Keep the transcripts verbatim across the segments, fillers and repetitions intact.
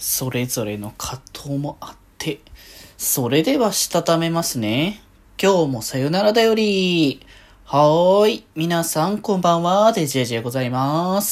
それぞれの葛藤もあって、それではしたためますね。今日もさよならだより。はーい。皆さんこんばんは。デジェジェございます。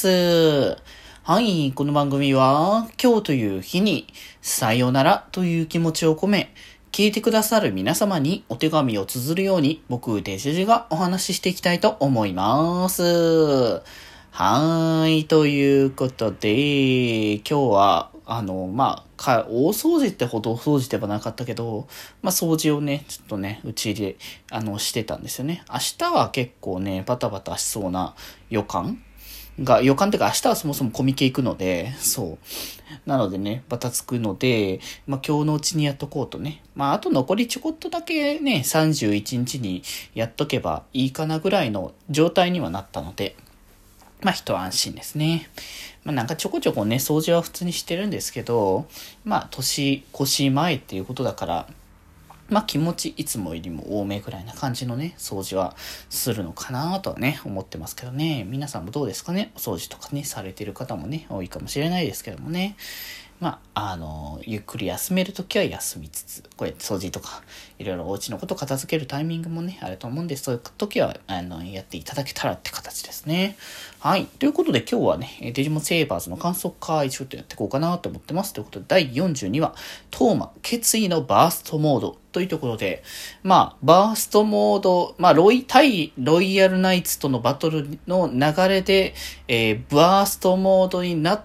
はい。この番組は今日という日にさよならという気持ちを込め、聞いてくださる皆様にお手紙を綴るように僕デジェジェがお話ししていきたいと思います。はーい。ということで、今日はあの、まあ、か、大掃除ってほど大掃除ではなかったけど、まあ、掃除をね、ちょっとね、うちで、あの、してたんですよね。明日は結構ね、バタバタしそうな予感が、予感っていうか明日はそもそもコミケ行くので、そう。なのでね、バタつくので、まあ、今日のうちにやっとこうとね。まあ、あと残りちょこっとだけね、さんじゅういちにちにやっとけばいいかなぐらいの状態にはなったので、まあ、一安心ですね。まあ、なんかちょこちょこね、掃除は普通にしてるんですけど、まあ、年越し前っていうことだから、まあ気持ちいつもよりも多めぐらいな感じのね、掃除はするのかなとはね、思ってますけどね。皆さんもどうですかね？お掃除とかね、されてる方もね、多いかもしれないですけどもね。まあ、あの、ゆっくり休めるときは休みつつ、こうやって掃除とか、いろいろお家のこと片付けるタイミングもね、あると思うんで、そういうときは、あの、やっていただけたらって形ですね。はい。ということで今日はね、デジモンセーバーズの感想会ちょっとやっていこうかなと思ってます。ということで、だいよんじゅうにわ、トーマ、決意のバーストモードというところで、まあ、バーストモード、まあ、ロイ、対ロイヤルナイツとのバトルの流れで、えー、バーストモードになって、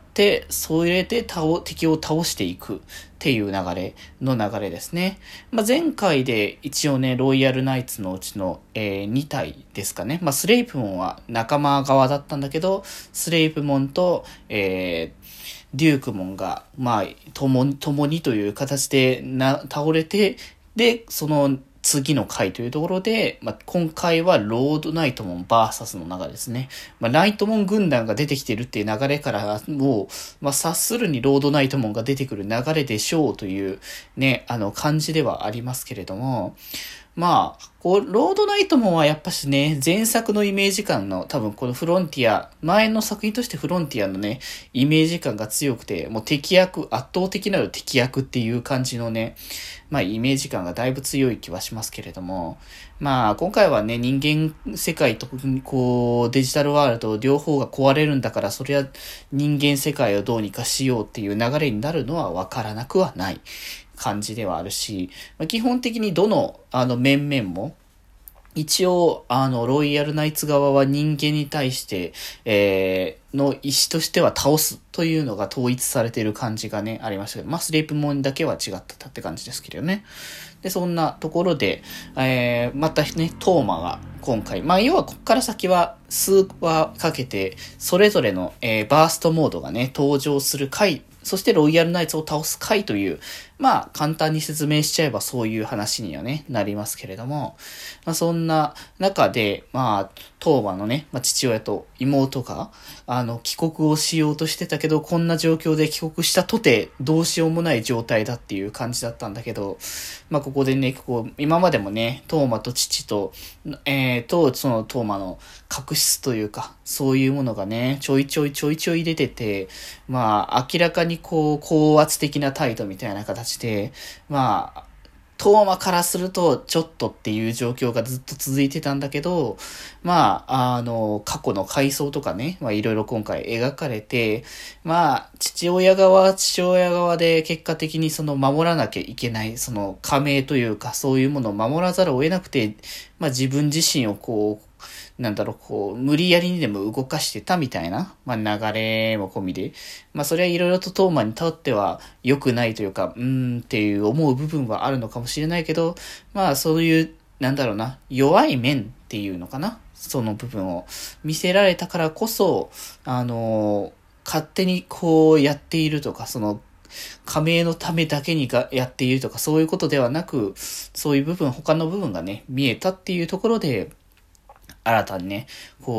それで倒、敵を倒していくっていう流れの流れですね。まあ、前回で一応ね、ロイヤルナイツのうちの、えー、に体ですかね。まあ、スレイプモンは仲間側だったんだけど、スレイプモンと、えー、デュークモンが、まあ、共に、共にという形でな、倒れて、で、その次の回というところで、まあ、今回はロードナイトモンバーサスの流れですね。まあ、ナイトモン軍団が出てきてるっていう流れから、もう、まあ、察するにロードナイトモンが出てくる流れでしょうというね、あの感じではありますけれども、まあ、こう、ロードナイトモンはやっぱしね、前作のイメージ感の、多分このフロンティア、前の作品としてフロンティアのね、イメージ感が強くて、もう敵役、圧倒的なる敵役っていう感じのね、まあイメージ感がだいぶ強い気はしますけれども、まあ今回はね、人間世界とこう、デジタルワールド両方が壊れるんだから、それは人間世界をどうにかしようっていう流れになるのはわからなくはない感じではあるし、基本的にどのあの面々も、一応、あの、ロイヤルナイツ側は人間に対して、えー、の意思としては倒すというのが統一されている感じがね、ありましたけど、まあ、スレイプモンだけは違ってたって感じですけどね。で、そんなところで、えー、またね、トーマが今回、まあ、要はこっから先は数話かけて、それぞれの、えー、バーストモードがね、登場する回、そしてロイヤルナイツを倒す回という、まあ簡単に説明しちゃえばそういう話にはね、なりますけれども、まあそんな中で、まあ、トーマのね、まあ父親と妹が、あの、帰国をしようとしてたけど、こんな状況で帰国したとて、どうしようもない状態だっていう感じだったんだけど、まあここでね、こう、今までもね、トーマと父と、えーと、そのトーマの確執というか、そういうものがね、ちょいちょいちょいちょい出てて、まあ明らかにこう、高圧的な態度みたいな形で、まあ、トーマからするとちょっとっていう状況がずっと続いてたんだけど、まあ、あの、過去の回想とかね、まあいろいろ今回描かれて、まあ、父親側は父親側で結果的にその守らなきゃいけない、その加盟というかそういうものを守らざるを得なくて、まあ自分自身をこう、なんだろう、こう、無理やりにでも動かしてたみたいな、まあ流れも込みで、まあそれはいろいろとトーマにとっては良くないというか、うーんっていう思う部分はあるのかもしれないけど、まあそういう、なんだろうな、弱い面っていうのかな、その部分を見せられたからこそ、あの、勝手にこうやっているとか、その、加盟のためだけにがやっているとか、そういうことではなく、そういう部分、他の部分がね、見えたっていうところで、新たにね、こ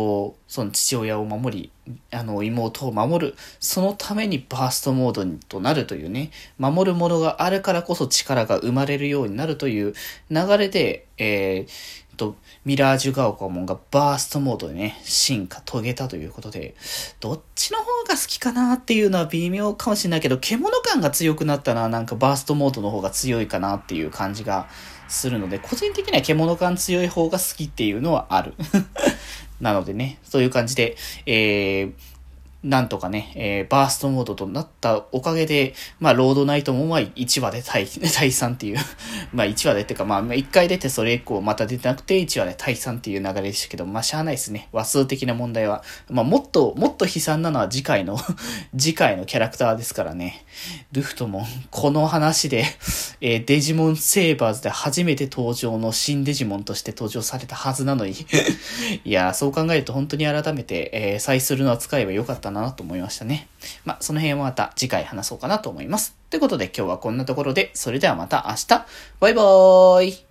その父親を守り、あの、妹を守る。そのためにバーストモードとなるというね、守るものがあるからこそ力が生まれるようになるという流れで、えー、と、ミラージュガオカモンがバーストモードでね、進化遂げたということで、どっちの方が好きかなっていうのは微妙かもしれないけど、獣感が強くなったのはなんかバーストモードの方が強いかなっていう感じがするので、個人的には獣感強い方が好きっていうのはある。なのでね、そういう感じで、えー、なんとかね、えー、バーストモードとなったおかげで、まあ、ロードナイトもまあいちわで退、退散っていう、まあいちわでっていうか、まあいっかい出てそれ以降また出てなくていちわで退散っていう流れでしたけど、まあしゃあないですね。話数的な問題は。まあもっと、もっと悲惨なのは次回の、次回のキャラクターですからね。ルフトモン、この話で、えー、デジモンセーバーズで初めて登場の新デジモンとして登場されたはずなのに、いやー、そう考えると本当に改めて、えー、サイスルの扱いは良かったなと思いましたね。まあ、その辺はまた次回話そうかなと思います。ということで今日はこんなところで、それではまた明日。バイバーイ。